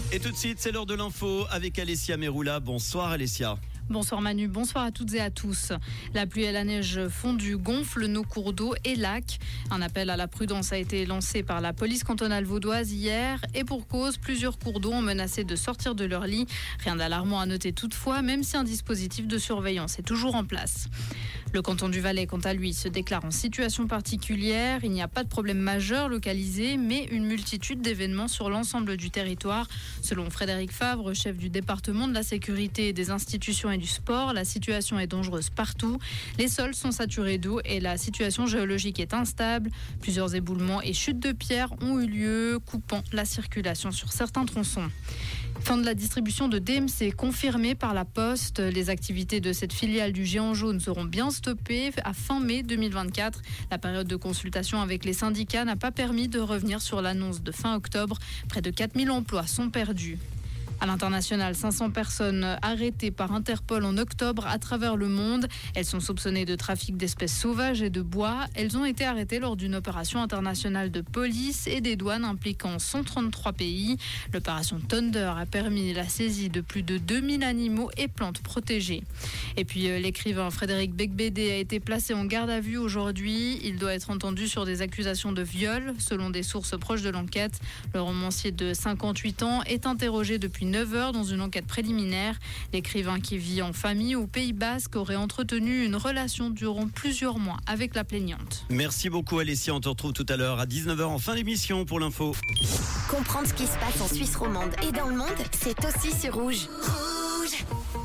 Et tout de suite, c'est l'heure de l'info avec Alessia Meroula. Bonsoir Alessia. Bonsoir Manu, bonsoir à toutes et à tous. La pluie et la neige fondue gonflent nos cours d'eau et lacs. Un appel à la prudence a été lancé par la police cantonale vaudoise hier et pour cause, plusieurs cours d'eau ont menacé de sortir de leur lit. Rien d'alarmant à noter toutefois, même si un dispositif de surveillance est toujours en place. Le canton du Valais, quant à lui, se déclare en situation particulière. Il n'y a pas de problème majeur localisé, mais une multitude d'événements sur l'ensemble du territoire. Selon Frédéric Favre, chef du département de la sécurité des institutions et du sport, la situation est dangereuse partout. Les sols sont saturés d'eau et la situation géologique est instable. Plusieurs éboulements et chutes de pierres ont eu lieu, coupant la circulation sur certains tronçons. Fin de la distribution de DMC confirmée par la Poste. Les activités de cette filiale du Géant Jaune seront bien stoppées à fin mai 2024. La période de consultation avec les syndicats n'a pas permis de revenir sur l'annonce de fin octobre. Près de 4000 emplois sont perdus. À l'international, 500 personnes arrêtées par Interpol en octobre à travers le monde. Elles sont soupçonnées de trafic d'espèces sauvages et de bois. Elles ont été arrêtées lors d'une opération internationale de police et des douanes impliquant 133 pays. L'opération Thunder a permis la saisie de plus de 2000 animaux et plantes protégées. Et puis l'écrivain Frédéric Becbédé a été placé en garde à vue aujourd'hui. Il doit être entendu sur des accusations de viol, selon des sources proches de l'enquête. Le romancier de 58 ans est interrogé depuis 9 heures dans une enquête préliminaire. L'écrivain qui vit en famille au Pays Basque aurait entretenu une relation durant plusieurs mois avec la plaignante. Merci beaucoup Alessia, on te retrouve tout à l'heure à 19h en fin d'émission pour l'info. Comprendre ce qui se passe en Suisse romande et dans le monde, c'est aussi sur Rouge. Rouge.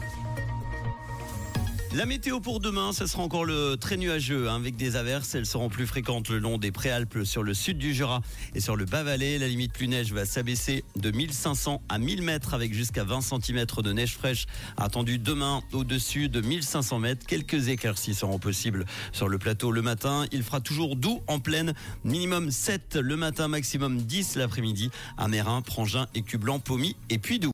La météo pour demain, ce sera encore le très nuageux avec des averses. Elles seront plus fréquentes le long des Préalpes sur le sud du Jura et sur le Bas-Valais. La limite pluie-neige va s'abaisser de 1500 à 1000 mètres avec jusqu'à 20 cm de neige fraîche attendue demain au-dessus de 1500 mètres. Quelques éclaircies seront possibles sur le plateau le matin. Il fera toujours doux en plaine. Minimum 7 le matin, maximum 10 l'après-midi à Mérin, Prangin, Écublanc, Pommy et Puydou.